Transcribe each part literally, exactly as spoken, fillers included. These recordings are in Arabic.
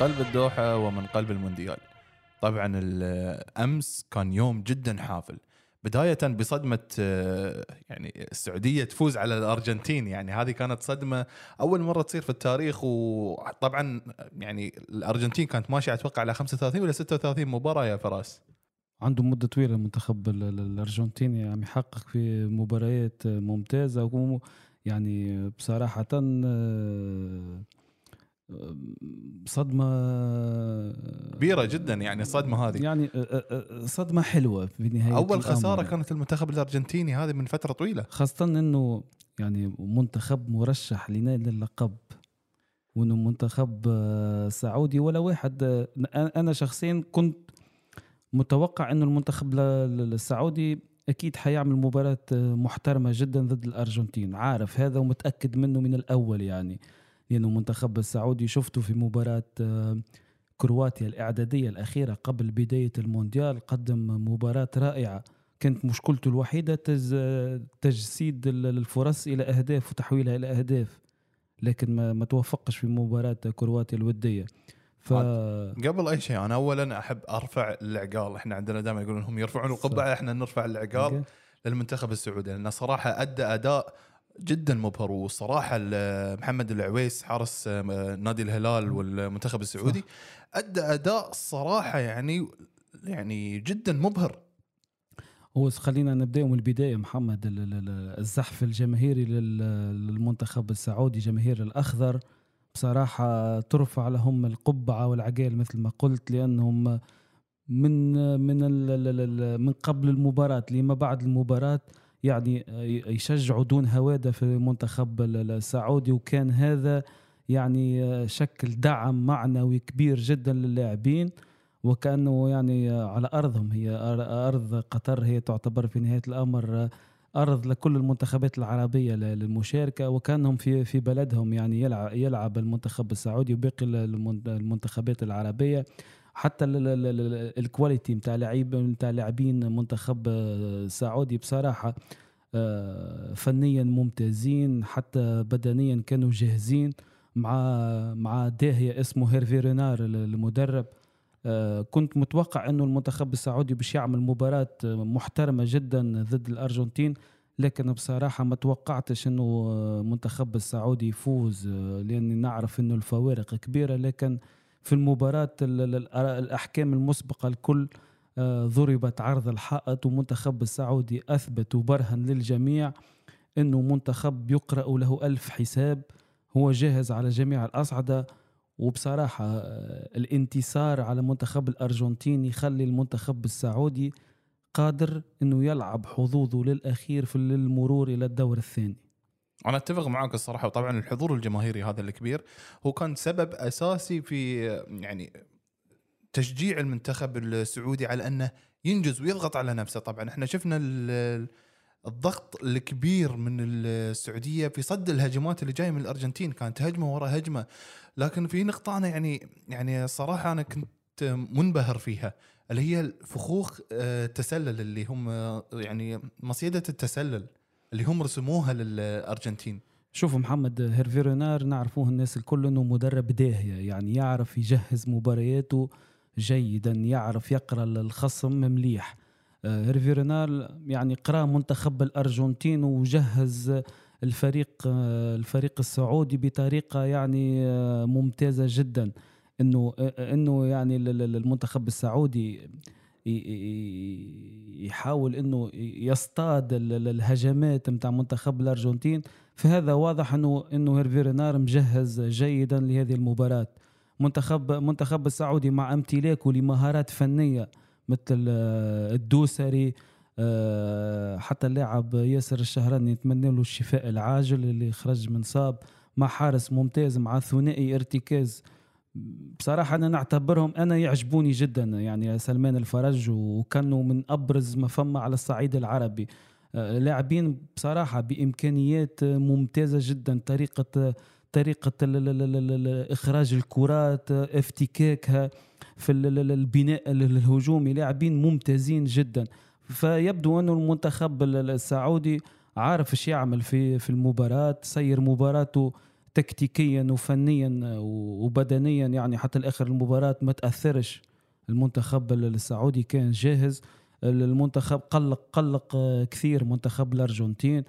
قلب الدوحة ومن قلب المونديال. طبعا الأمس كان يوم جدا حافل، بداية بصدمة يعني السعودية تفوز على الأرجنتين. يعني هذه كانت صدمة أول مرة تصير في التاريخ. وطبعا يعني الأرجنتين كانت ماشية أتوقع على خمسة وثلاثين ولا ستة وثلاثين مباراة يا فراس. عنده مدة طويلة المنتخب الأرجنتيني، يعني يحقق في مباريات ممتازة. يعني بصراحة صدمة كبيرة جدا، يعني صدمة هذه يعني صدمة حلوة في نهاية أول خسارة يعني. كانت المنتخب الأرجنتيني هذه من فترة طويلة، خاصة أنه يعني منتخب مرشح لنيل اللقب، وأنه منتخب سعودي ولا واحد. أنا شخصيا كنت متوقع أنه المنتخب السعودي أكيد حيعمل مباراة محترمة جدا ضد الأرجنتين، عارف هذا ومتأكد منه من الأول، يعني لأنه المنتخب السعودي شفته في مباراة كرواتيا الإعدادية الأخيرة قبل بداية المونديال، قدم مباراة رائعة. كانت مشكلته الوحيدة تجسيد الفرص إلى أهداف وتحويلها إلى أهداف، لكن ما, ما توفقش في مباراة كرواتيا الودية. ف... قبل أي شيء أنا أولا أحب أرفع العقال. إحنا عندنا دائما يقولون هم يرفعون القبعة، إحنا نرفع العقال للمنتخب السعودي، لأنه صراحة أدى أداء جدا مبهر. وصراحة محمد العويس حارس نادي الهلال والمنتخب السعودي صح. أدى أداء صراحة يعني يعني جدا مبهر. هو خلينا نبدأ من البداية محمد. الزحف الجماهيري للمنتخب السعودي، جماهير الأخضر بصراحة ترفع لهم القبعة والعقال مثل ما قلت، لأنهم من من من قبل المباراة لما بعد المباراة يعني يشجعوا دون هوادة في المنتخب السعودي، وكان هذا يعني شكل دعم معنوي كبير جدا للاعبين، وكأنه يعني على أرضهم. هي أرض قطر، هي تعتبر في نهاية الأمر أرض لكل المنتخبات العربية للمشاركة، وكانهم في في بلدهم. يعني يلعب يلعب المنتخب السعودي وباقي المنتخبات العربية. حتى الكواليتي متاع لاعب متاع لاعبين منتخب السعودي بصراحة فنيا ممتازين، حتى بدنيا كانوا جاهزين. مع مع داهية اسمه هيرفي رينار المدرب. كنت متوقع أنه المنتخب السعودي باش يعمل مباراة محترمة جدا ضد الأرجنتين، لكن بصراحة ما توقعتش أنه منتخب السعودي يفوز، لأني نعرف أنه الفوارق كبيرة. لكن في المباراة الأحكام المسبقة الكل ضربت عرض الحائط، ومنتخب السعودي أثبت وبرهن للجميع أنه منتخب يقرأ له ألف حساب، هو جاهز على جميع الأصعدة. وبصراحة الانتصار على منتخب الأرجنتين يخلي المنتخب السعودي قادر أنه يلعب حظوظه للأخير في المرور إلى الدور الثاني. أنا أتفق معك الصراحة. وطبعا الحضور الجماهيري هذا الكبير هو كان سبب أساسي في يعني تشجيع المنتخب السعودي على أنه ينجز ويضغط على نفسه. طبعا احنا شفنا الضغط الكبير من السعودية في صد الهجمات اللي جاية من الأرجنتين، كانت هجمة وراء هجمة. لكن في نقطة أنا يعني يعني صراحة أنا كنت منبهر فيها، اللي هي الفخوخ التسلل اللي هم يعني مصيدة التسلل اللي هم رسموها للأرجنتين. شوفوا محمد، هيرفي رينار نعرفوه الناس الكل أنه مدرب داهية، يعني يعرف يجهز مبارياته جيدا، يعرف يقرأ الخصم مليح. هيرفي رينار يعني قرأ منتخب الأرجنتين وجهز الفريق الفريق السعودي بطريقة يعني ممتازة جدا. إنه إنه يعني المنتخب السعودي يحاول إنه يصطاد الهجمات متاع منتخب الأرجنتين، فهذا واضح إنه إنه هيرفي رينار مجهز جيدا لهذه المباراة. منتخب منتخب السعودي مع امتلاكه لمهارات فنية مثل الدوسري، حتى اللاعب ياسر الشهراني نتمنى له الشفاء العاجل اللي خرج من صاب، مع حارس ممتاز، مع ثنائي ارتكاز. بصراحة أنا نعتبرهم أنا يعجبوني جدا، يعني سلمان الفرج، وكانوا من أبرز ما فما على الصعيد العربي. لاعبين بصراحة بإمكانيات ممتازة جدا، طريقة طريقة إخراج الكرات، افتكاكها في البناء الهجومي، لاعبين ممتازين جدا. فيبدو أن المنتخب السعودي عارف ايش يعمل في في المباراة، سير مباراته تكتيكيا وفنيا وبدنيا، يعني حتى الآخر المباراة ما تأثرش. المنتخب السعودي كان جاهز. المنتخب قلق قلق كثير منتخب الأرجنتين،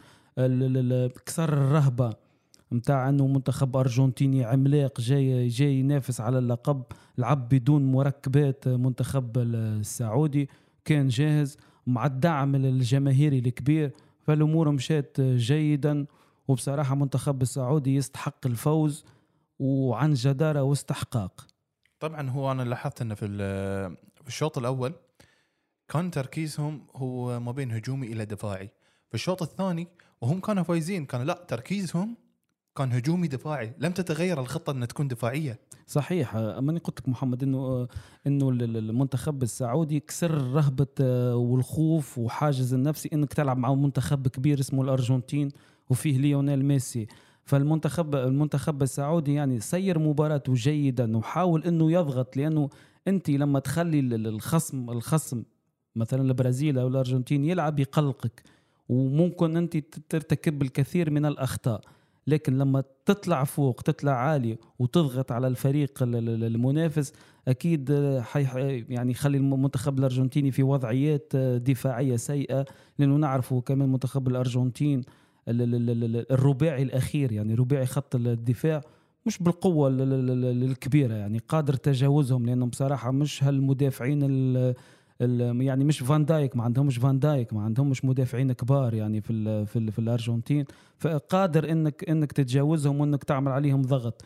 كسر الرهبة متاع أنه منتخب أرجنتيني عملاق جاي جاي ينافس على اللقب. لعب بدون مركبات منتخب السعودي، كان جاهز مع الدعم الجماهيري الكبير، فالأمور مشات جيدا. وبصراحة منتخب السعودي يستحق الفوز وعن جدارة واستحقاق. طبعا هو أنا لاحظت أنه في في الشوط الأول كان تركيزهم هو ما بين هجومي إلى دفاعي. في الشوط الثاني وهم كانوا فايزين كان لا تركيزهم كان هجومي دفاعي، لم تتغير الخطة أن تكون دفاعية. صحيح. أماني قلت لك محمد إنه إنه المنتخب السعودي كسر رهبة والخوف وحاجز النفسي إنك تلعب مع منتخب كبير اسمه الأرجنتين وفيه ليونيل ميسي. فالمنتخب المنتخب السعودي يعني سير مباراته جيدا وحاول إنه يضغط، لأنه أنت لما تخلي الخصم الخصم مثلا البرازيل أو الأرجنتين يلعب يقلقك وممكن أنت ترتكب الكثير من الأخطاء. لكن لما تطلع فوق تطلع عالي وتضغط على الفريق المنافس أكيد حي يعني خلي المنتخب الأرجنتيني في وضعيات دفاعية سيئة، لأنه نعرفه كمان منتخب الأرجنتين الرباعي الأخير يعني رباعي خط الدفاع مش بالقوة الكبيرة، يعني قادر تجاوزهم، لأنهم بصراحة مش هالمدافعين يعني مش فان دايك، ما عندهمش فان دايك، ما عندهمش مدافعين كبار يعني في ال في ال في الأرجنتين، فقادر انك انك تتجاوزهم وانك تعمل عليهم ضغط.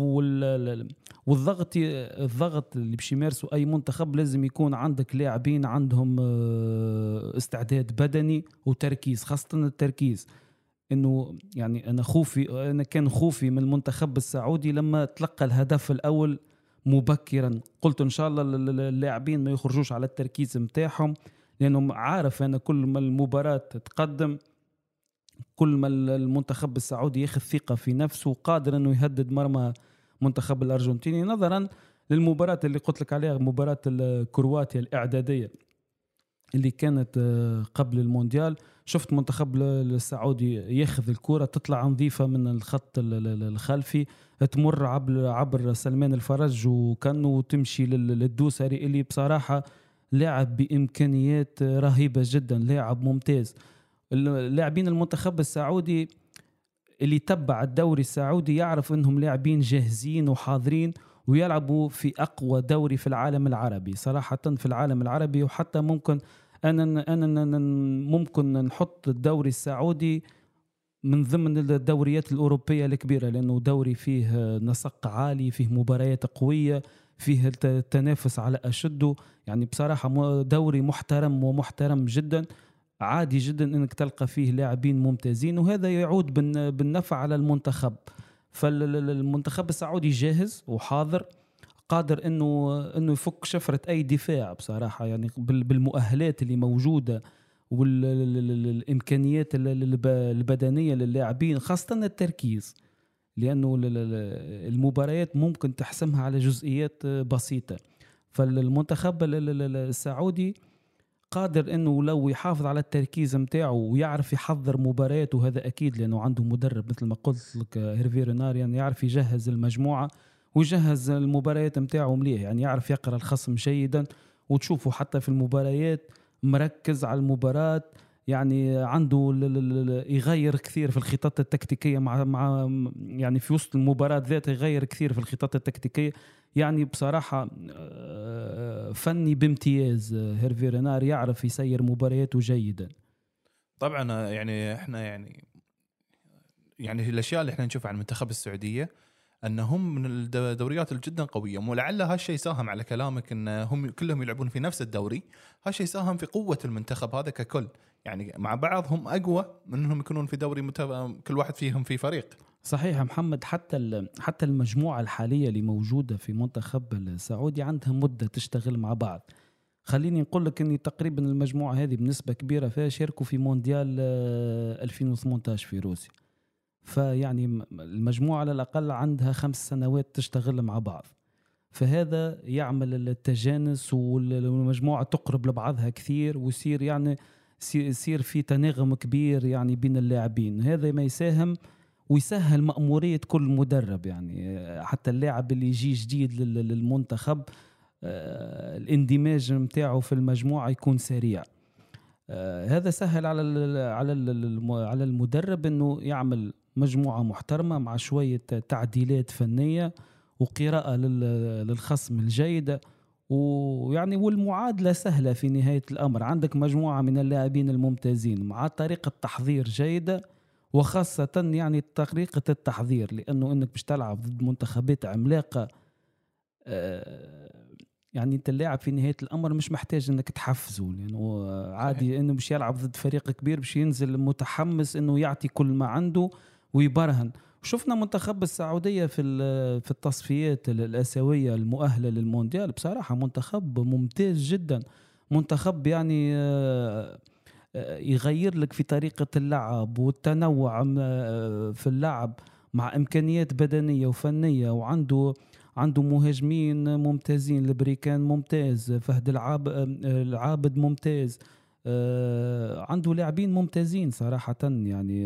والضغط الضغط اللي باش يمارسوا اي منتخب لازم يكون عندك لاعبين عندهم استعداد بدني وتركيز، خاصة التركيز. انه يعني انا خوفي انا كان خوفي من المنتخب السعودي لما تلقى الهدف الاول مبكرا، قلت ان شاء الله اللاعبين ما يخرجوش على التركيز متاعهم، لانه عارف انا كل ما المباراة تتقدم كل ما المنتخب السعودي ياخذ ثقة في نفسه وقادر انه يهدد مرمى منتخب الارجنتيني، نظرا للمباراة اللي قلت لك عليها مباراة كرواتيا الاعدادية اللي كانت قبل المونديال. شفت منتخب السعودي ياخذ الكرة تطلع نظيفة من الخط الخلفي تمر عبر عبر سلمان الفرج وكانوا تمشي للدوسري اللي بصراحة لاعب بإمكانيات رهيبة جدا، لاعب ممتاز. اللاعبين المنتخب السعودي اللي تبع الدوري السعودي يعرف انهم لاعبين جاهزين وحاضرين ويلعبوا في اقوى دوري في العالم العربي صراحة، في العالم العربي. وحتى ممكن انا انا ممكن نحط الدوري السعودي من ضمن الدوريات الأوروبية الكبيرة، لأنه دوري فيه نسق عالي، فيه مباريات قوية، فيه التنافس على أشده، يعني بصراحة دوري محترم ومحترم جدا. عادي جدا أنك تلقى فيه لاعبين ممتازين، وهذا يعود بالنفع على المنتخب. فالمنتخب السعودي جاهز وحاضر، قادر انه انه يفك شفرة اي دفاع بصراحة، يعني بالمؤهلات اللي موجودة والامكانيات البدنية للاعبين، خاصة التركيز، لانه المباريات ممكن تحسمها على جزئيات بسيطة. فالمنتخب السعودي قادر انه لو يحافظ على التركيز متاعه ويعرف يحضر مباريات، وهذا اكيد لانه عنده مدرب مثل ما قلت لك هيرفي رينار، يعني يعرف يجهز المجموعة ويجهز المباريات متاعه مليح، يعني يعرف يقرأ الخصم جيدا، وتشوفه حتى في المباريات مركز على المباراة، يعني عنده يغير كثير في الخطط التكتيكية مع مع يعني في وسط المباراة ذات يغير كثير في الخطط التكتيكية. يعني بصراحة فني بامتياز هيرفي رينار، يعرف يسير مبارياته جيدا. طبعا يعني احنا يعني يعني الاشياء اللي احنا نشوفها عن المنتخب السعودية انهم من الدوريات الجدا قويه، ولعل هالشيء ساهم على كلامك ان هم كلهم يلعبون في نفس الدوري، هالشيء ساهم في قوه المنتخب هذا ككل، يعني مع بعض هم اقوى من انهم يكونون في دوري متابع كل واحد فيهم في فريق. صحيح محمد، حتى حتى المجموعه الحاليه اللي موجوده في منتخب السعودي عندها مده تشتغل مع بعض. خليني نقول لك اني تقريبا المجموعه هذه بنسبه كبيره فيها شاركوا في مونديال ألفين وثمانية عشر في روسيا، فيعني المجموعة على الأقل عندها خمس سنوات تشتغل مع بعض، فهذا يعمل التجانس والمجموعة تقرب لبعضها كثير، ويصير يعني يصير في تناغم كبير يعني بين اللاعبين، هذا ما يساهم ويسهل مأمورية كل مدرب. يعني حتى اللاعب اللي يجي جديد للمنتخب الاندماج متاعه في المجموعة يكون سريع. هذا سهل على على على المدرب انه يعمل مجموعة محترمة مع شوية تعديلات فنية وقراءة للخصم الجيدة، ويعني والمعادلة سهلة في نهاية الأمر. عندك مجموعة من اللاعبين الممتازين مع طريقة تحضير جيدة، وخاصة يعني طريقة التحضير، لأنه إنك مش تلعب ضد منتخبات عملاقة. يعني أنت اللاعب في نهاية الأمر مش محتاج إنك تحفزه، لأنه يعني عادي إنه مش يلعب ضد فريق كبير، مش ينزل متحمس إنه يعطي كل ما عنده ويبرهن. شفنا منتخب السعودية في في التصفيات الآسيوية المؤهلة للمونديال، بصراحة منتخب ممتاز جدا، منتخب يعني يغير لك في طريقة اللعب والتنوع في اللعب مع إمكانيات بدنية وفنية، وعنده عنده مهاجمين ممتازين، البريكان ممتاز، فهد العاب العابد ممتاز، عنده لاعبين ممتازين صراحة. يعني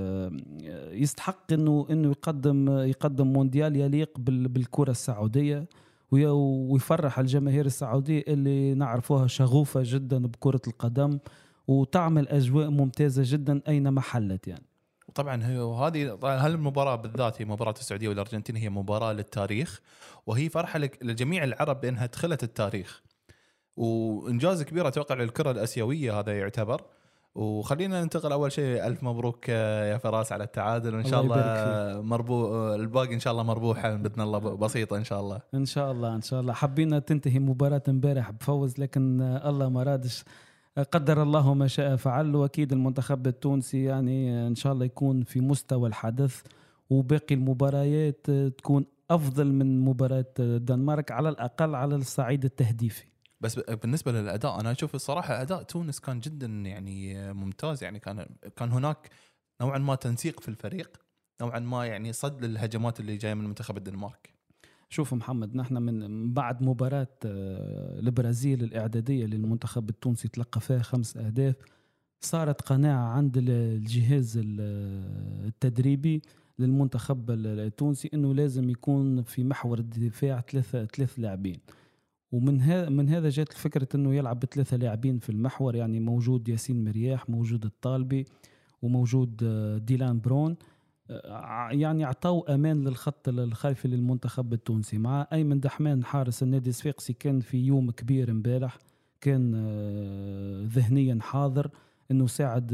يستحق إنه إنه يقدم يقدم مونديال يليق بالكرة السعودية، ويفرح الجماهير السعودية اللي نعرفوها شغوفة جدا بكرة القدم، وتعمل أجواء ممتازة جدا أينما حلت. يعني طبعا هي وهذه هالمباراة بالذات، هي مباراة السعودية والأرجنتين، هي مباراة للتاريخ، وهي فرحة لجميع العرب بأنها دخلت التاريخ، وإنجاز كبير أتوقع للكرة الآسيوية هذا يعتبر. وخلينا ننتقل أول شيء، ألف مبروك يا فراس على التعادل، وإن شاء الله, الله مربوح الباقي إن شاء الله مربوحة بإذن الله، بسيطة إن شاء الله إن شاء الله إن شاء الله. حبينا تنتهي مباراة امبارح بفوز، لكن الله ما رادش، قدر الله ما شاء فعل. وأكيد المنتخب التونسي يعني إن شاء الله يكون في مستوى الحدث، وباقي المباريات تكون أفضل من مباراة الدنمارك على الأقل على الصعيد التهديفي. بس بالنسبة للأداء أنا أشوف الصراحة أداء تونس كان جدا يعني ممتاز. يعني كان كان هناك نوعا ما تنسيق في الفريق، نوعا ما يعني صد للهجمات اللي جاية من منتخب الدنمارك. شوف محمد، نحن من بعد مباراة البرازيل الإعدادية للمنتخب التونسي تلقى فيها خمس أهداف، صارت قناعة عند الجهاز التدريبي للمنتخب التونسي إنه لازم يكون في محور الدفاع ثلاثة ثلاث لاعبين، ومن هذا من هذا جات الفكرة إنه يلعب بثلاثة لاعبين في المحور. يعني موجود ياسين مرياح، موجود الطالبي، وموجود ديلان برون، يعني عطوا أمان للخط الخلفي للمنتخب التونسي. مع أيمن دحمان حارس النادي الصفاقسي كان في يوم كبير امبارح، كان ذهنيا حاضر إنه ساعد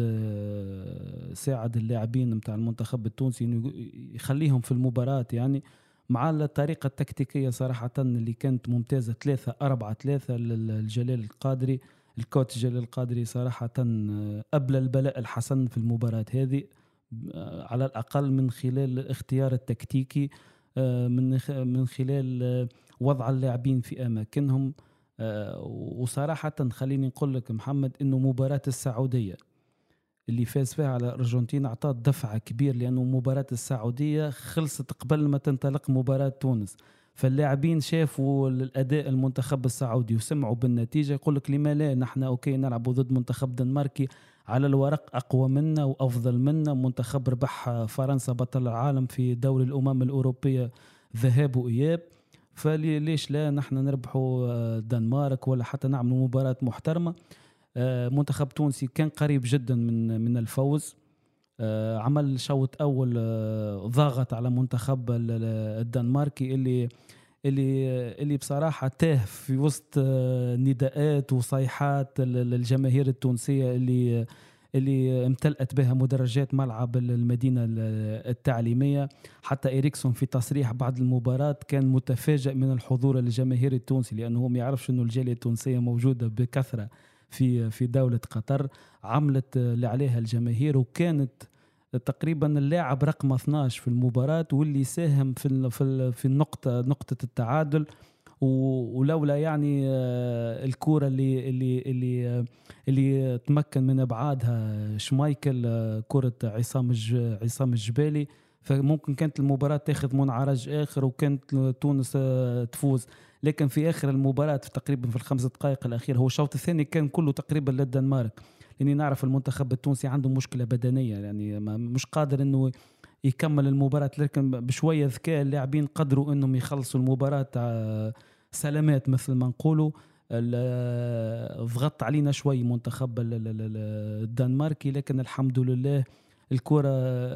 ساعد اللاعبين متاع المنتخب التونسي إنه يخليهم في المباراة، يعني مع الطريقة التكتيكية صراحة اللي كانت ممتازة، ثلاثة أربعة ثلاثة للجلال القادري. الكوتش جلال القادري صراحة أبلى البلاء الحسن في المباراة هذه، على الأقل من خلال اختيار التكتيكي، من من خلال وضع اللاعبين في أماكنهم. وصراحة خليني نقول لك محمد إنه مباراة السعودية اللي فاز فيها على الأرجنتين أعطت دفعة كبير، لأنه مباراة السعودية خلصت قبل ما تنطلق مباراة تونس، فاللاعبين شافوا الأداء المنتخب السعودي وسمعوا بالنتيجة، يقول لك لما لا نحن أوكي نلعب ضد منتخب دنماركي على الورق أقوى منا وأفضل منا، منتخب ربح فرنسا بطل العالم في دوري الأمم الأوروبية ذهاب وإياب، فليش لا نحن نربحوا دنمارك ولا حتى نعمل مباراة محترمة. منتخب تونسي كان قريب جدا من من الفوز، عمل شوط أول ضاغط على منتخب الدنماركي اللي اللي اللي بصراحة تاه في وسط نداءات وصيحات الجماهير التونسية اللي اللي امتلأت بها مدرجات ملعب المدينة التعليمية. حتى إريكسون في تصريح بعد المباراة كان متفاجئ من الحضور الجماهيري التونسي، لأنه ما يعرفش أنه الجالية التونسية موجودة بكثرة في في دولة قطر. عملت اللي عليها الجماهير، وكانت تقريبا اللاعب رقم اثناشر في المباراة واللي ساهم في في في النقطة نقطة التعادل. ولولا يعني الكرة اللي اللي اللي اللي تمكن من ابعادها شمايكل، كرة عصام عصام الجبالي، فممكن كانت المباراة تاخذ منعرج آخر وكانت تونس تفوز. لكن في آخر المباراة في تقريبا في الخمس دقائق الأخيرة، هو الشوط الثاني كان كله تقريبا للدنمارك، لأني نعرف المنتخب التونسي عنده مشكلة بدنية، يعني مش قادر إنه يكمل المباراة، لكن بشوية ذكاء اللاعبين قدروا انهم يخلصوا المباراة سلامات مثل ما نقولوا. ضغط علينا شوي منتخب الدنماركي، لكن الحمد لله الكرة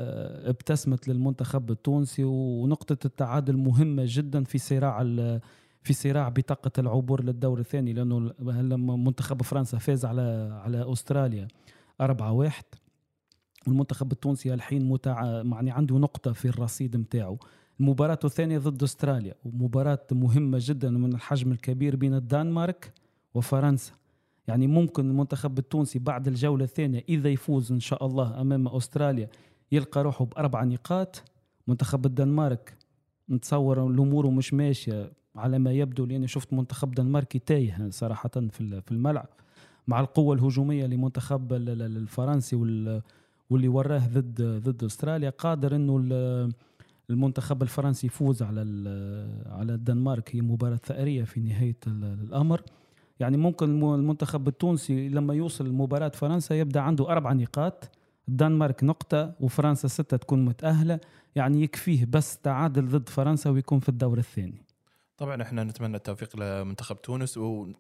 ابتسمت للمنتخب التونسي، ونقطة التعادل مهمة جدا في صراع في صراع بطاقة العبور للدور الثاني، لأنه لما منتخب فرنسا فاز على على أستراليا أربعة واحد، والمنتخب التونسي الحين متع... يعني عنده نقطة في الرصيد متاعه. المباراة الثانية ضد أستراليا، ومباراة مهمة جدا من الحجم الكبير بين الدنمارك وفرنسا. يعني ممكن المنتخب التونسي بعد الجولة الثانية إذا يفوز إن شاء الله أمام أستراليا يلقى روحه بأربع نقاط. منتخب الدنمارك نتصور الأمور مش ماشية على ما يبدو، لأني شفت منتخب دنماركي تايه صراحة في الملعب مع القوة الهجومية لمنتخب الفرنسي واللي وراه ضد ضد أستراليا. قادر إنه المنتخب الفرنسي يفوز على على الدنمارك. هي مباراة ثأرية في نهاية الأمر. يعني ممكن المنتخب التونسي لما يوصل لمباراة فرنسا يبدأ عنده أربع نقاط، الدنمارك نقطة وفرنسا ستة، تكون متأهلة. يعني يكفيه بس تعادل ضد فرنسا ويكون في الدور الثاني. طبعا احنا نتمنى التوفيق لمنتخب تونس،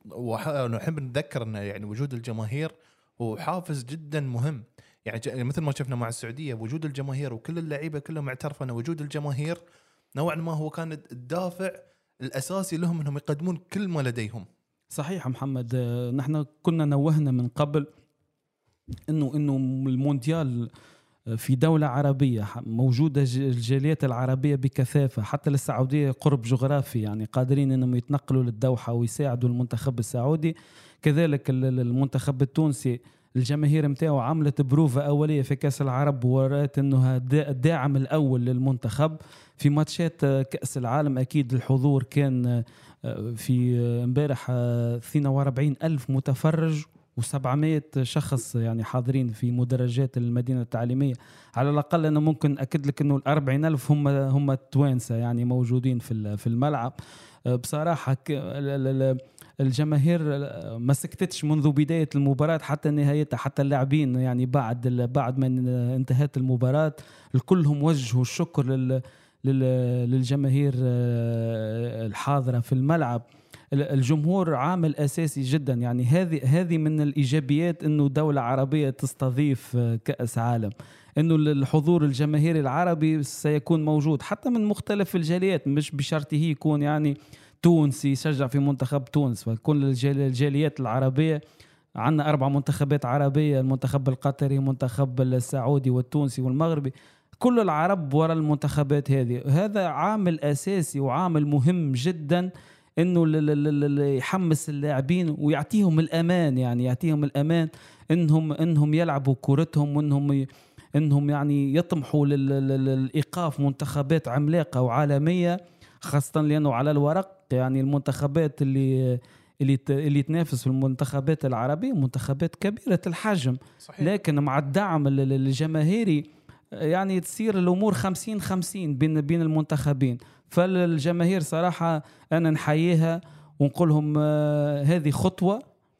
ونحب نذكر ان يعني وجود الجماهير هو حافز جدا مهم. يعني مثل ما شفنا مع السعودية وجود الجماهير، وكل اللعيبة كلهم اعترفوا ان وجود الجماهير نوعا ما هو كان الدافع الأساسي لهم انهم يقدمون كل ما لديهم. صحيح محمد، نحن كنا نوهنا من قبل انه انه المونديال في دولة عربية موجودة الجاليات العربية بكثافة، حتى للسعودية قرب جغرافي، يعني قادرين انهم يتنقلوا للدوحة ويساعدوا المنتخب السعودي. كذلك المنتخب التونسي الجماهير متاعه عملت بروفة أولية في كأس العرب، ورأت أنه الداعم الأول للمنتخب في ماتشات كأس العالم. أكيد الحضور كان في امبارح اثنين وأربعين ألف متفرج وسبعمائة شخص يعني حاضرين في مدرجات المدينة التعليمية على الأقل. أنا ممكن أكد لك أنه الأربعين ألف هم هم التوانسة يعني موجودين في في الملعب. بصراحة الجماهير ما سكتتش منذ بداية المباراة حتى نهايتها، حتى اللاعبين يعني بعد بعد ما انتهت المباراة الكلهم وجهوا الشكر لل للجماهير الحاضرة في الملعب. الجمهور عامل أساسي جدا، يعني هذه هذه من الإيجابيات إنه دولة عربية تستضيف كأس عالم، إنه الحضور الجماهيري العربي سيكون موجود حتى من مختلف الجاليات، مش بشرط هي يكون يعني تونسي يشجع في منتخب تونس، فكل الجاليات العربية. عندنا أربع منتخبات عربية، المنتخب القطري المنتخب السعودي والتونسي والمغربي، كل العرب وراء المنتخبات هذه. هذا عامل أساسي وعامل مهم جدا إنه يحمس اللاعبين ويعطيهم الأمان، يعني يعطيهم الأمان إنهم إنهم يلعبوا كرتهم، وإنهم إنهم يعني يطمحوا للإيقاف منتخبات عملاقة وعالمية، خاصة لأنه على الورق يعني المنتخبات اللي اللي اللي تنافس في المنتخبات العربية منتخبات كبيرة الحجم. صحيح. لكن مع الدعم الجماهيري يعني تصير الأمور خمسين خمسين بين بين المنتخبين. فالجماهير صراحة أنا نحييها ونقولهم آه هذه خطوة.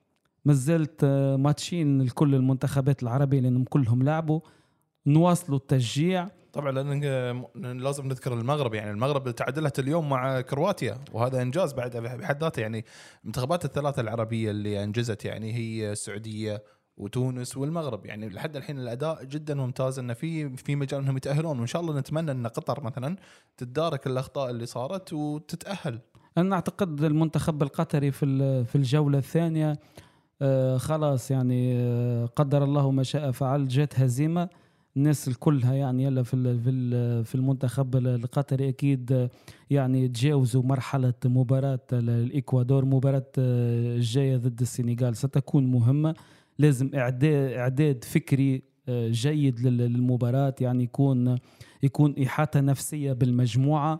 مازلت آه ماتشين لكل المنتخبات العربية لأنهم كلهم لعبوا، نواصلوا التشجيع. طبعا لأن لازم نذكر المغرب، يعني المغرب تعادلت اليوم مع كرواتيا وهذا إنجاز بعد بحد ذاته. يعني المنتخبات الثلاثة العربية اللي أنجزت يعني هي السعودية وتونس والمغرب، يعني لحد الحين الأداء جدا ممتاز، إن في في مجال إنهم يتأهلون، وإن شاء الله نتمنى إن قطر مثلا تتدارك الأخطاء اللي صارت وتتأهل. أنا أعتقد المنتخب القطري في في الجولة الثانية آه خلاص يعني آه قدر الله ما شاء فعل، جات هزيمة الناس الكلها يعني يلا في في المنتخب القطري اكيد يعني تجاوزوا مرحله مباراه الاكوادور. مباراه الجايه ضد السنغال ستكون مهمه، لازم اعداد اعداد فكري جيد للمباراه، يعني يكون يكون احاطه نفسيه بالمجموعه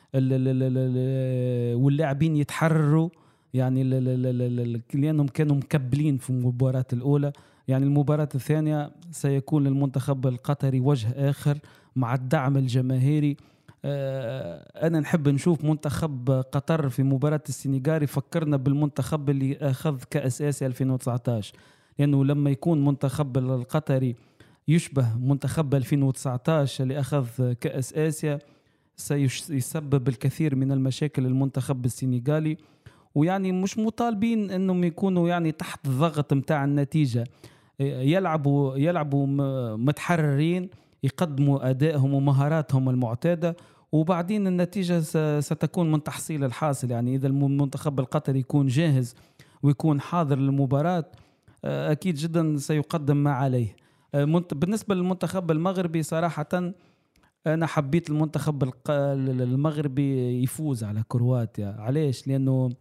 واللاعبين يتحرروا، يعني لانهم كانوا مكبلين في المباراه الاولى. يعني المباراة الثانية سيكون للمنتخب القطري وجه آخر مع الدعم الجماهيري. أنا نحب نشوف منتخب قطر في مباراة السنغال يفكرنا بالمنتخب اللي أخذ كأس آسيا ألفين وتسعة عشر، لأنه لما يكون منتخب القطري يشبه منتخب ألفين وتسعة عشر اللي أخذ كأس آسيا، سيسبب الكثير من المشاكل المنتخب السنغالي. ويعني مش مطالبين انهم يكونوا يعني تحت الضغط متاع النتيجة، يلعبوا يلعبوا متحررين، يقدموا أدائهم ومهاراتهم المعتادة، وبعدين النتيجة ستكون من تحصيل الحاصل. يعني إذا المنتخب القطري يكون جاهز ويكون حاضر للمباراة أكيد جدا سيقدم ما عليه. بالنسبة للمنتخب المغربي صراحة أنا حبيت المنتخب المغربي يفوز على كرواتيا. علاش؟ لأنه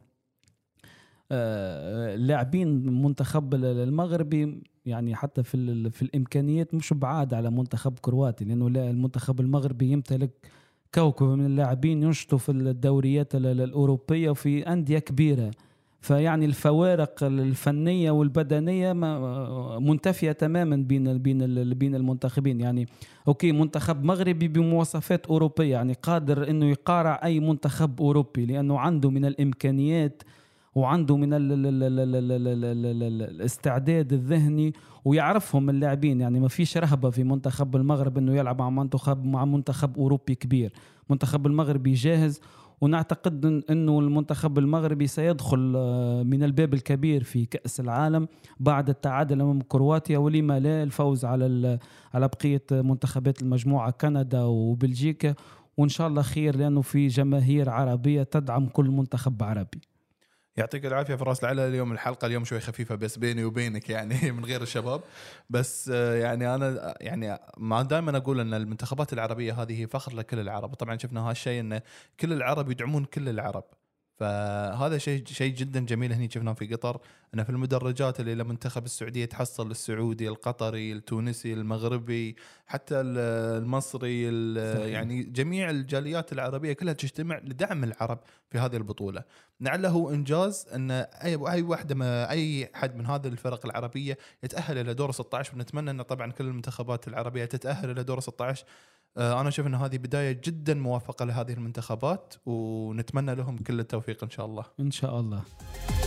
اللاعبين المنتخب المغربي يعني حتى في في الإمكانيات مش بعاد على منتخب كرواتي، لأنه المنتخب المغربي يمتلك كوكب من اللاعبين ينشطوا في الدوريات الأوروبية وفي أندية كبيرة، فيعني الفوارق الفنية والبدنية منتفية تماما بين بين بين المنتخبين. يعني اوكي منتخب مغربي بمواصفات أوروبية، يعني قادر انه يقارع اي منتخب أوروبي لانه عنده من الامكانيات وعنده من ال ال ال ال ال ال ال ال ال الاستعداد الذهني، ويعرفهم اللاعبين. يعني ما فيش رهبة في منتخب المغرب انه يلعب مع منتخب مع منتخب أوروبي كبير. منتخب المغربي جاهز، ونعتقد أنه المنتخب المغربي سيدخل من الباب الكبير في كأس العالم بعد التعادل أمام كرواتيا، ولما لا الفوز على على بقية منتخبات المجموعة كندا وبلجيكا، وإن شاء الله خير لأنه في جماهير عربية تدعم كل منتخب عربي. يعطيك العافية فراس العلا. اليوم الحلقة اليوم شوي خفيفة بس بيني وبينك يعني من غير الشباب، بس يعني أنا يعني ما دائما أقول أن المنتخبات العربية هذه فخر لكل العرب. طبعا شفنا هالشيء أن كل العرب يدعمون كل العرب، فهذا شيء شيء جدا جميل. هني شفناه في قطر أنا في المدرجات اللي لمنتخب السعودية تحصل السعودي القطري التونسي المغربي حتى المصري يعني جميع الجاليات العربية كلها تجتمع لدعم العرب في هذه البطولة. لعله إنجاز أن أي أي واحدة ما أي حد من هذه الفرق العربية يتأهل إلى دور ستة عشر، ونتمنى أن طبعا كل المنتخبات العربية تتأهل إلى دور ستة عشر. أنا أشوف أن هذه بداية جدا موافقة لهذه المنتخبات، ونتمنى لهم كل التوفيق إن شاء الله. إن شاء الله.